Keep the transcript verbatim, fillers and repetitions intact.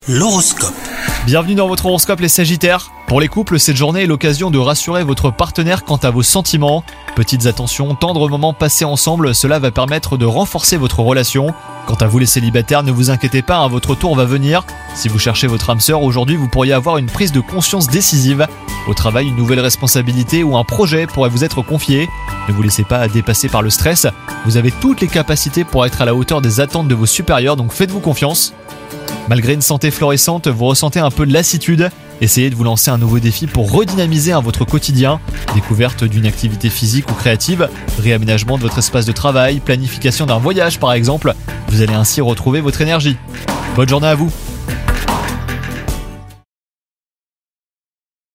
L'horoscope. Bienvenue dans votre horoscope les Sagittaires. Pour les couples, cette journée est l'occasion de rassurer votre partenaire quant à vos sentiments. Petites attentions, tendres moments passés ensemble, cela va permettre de renforcer votre relation. Quant à vous les célibataires, ne vous inquiétez pas, hein, votre tour va venir. Si vous cherchez votre âme sœur, aujourd'hui vous pourriez avoir une prise de conscience décisive. Au travail, une nouvelle responsabilité ou un projet pourrait vous être confié. Ne vous laissez pas dépasser par le stress. Vous avez toutes les capacités pour être à la hauteur des attentes de vos supérieurs, donc faites-vous confiance. Malgré une santé florissante, vous ressentez un peu de lassitude. Essayez de vous lancer un nouveau défi pour redynamiser hein, votre quotidien. Découverte d'une activité physique ou créative, réaménagement de votre espace de travail, planification d'un voyage par exemple. Vous allez ainsi retrouver votre énergie. Bonne journée à vous!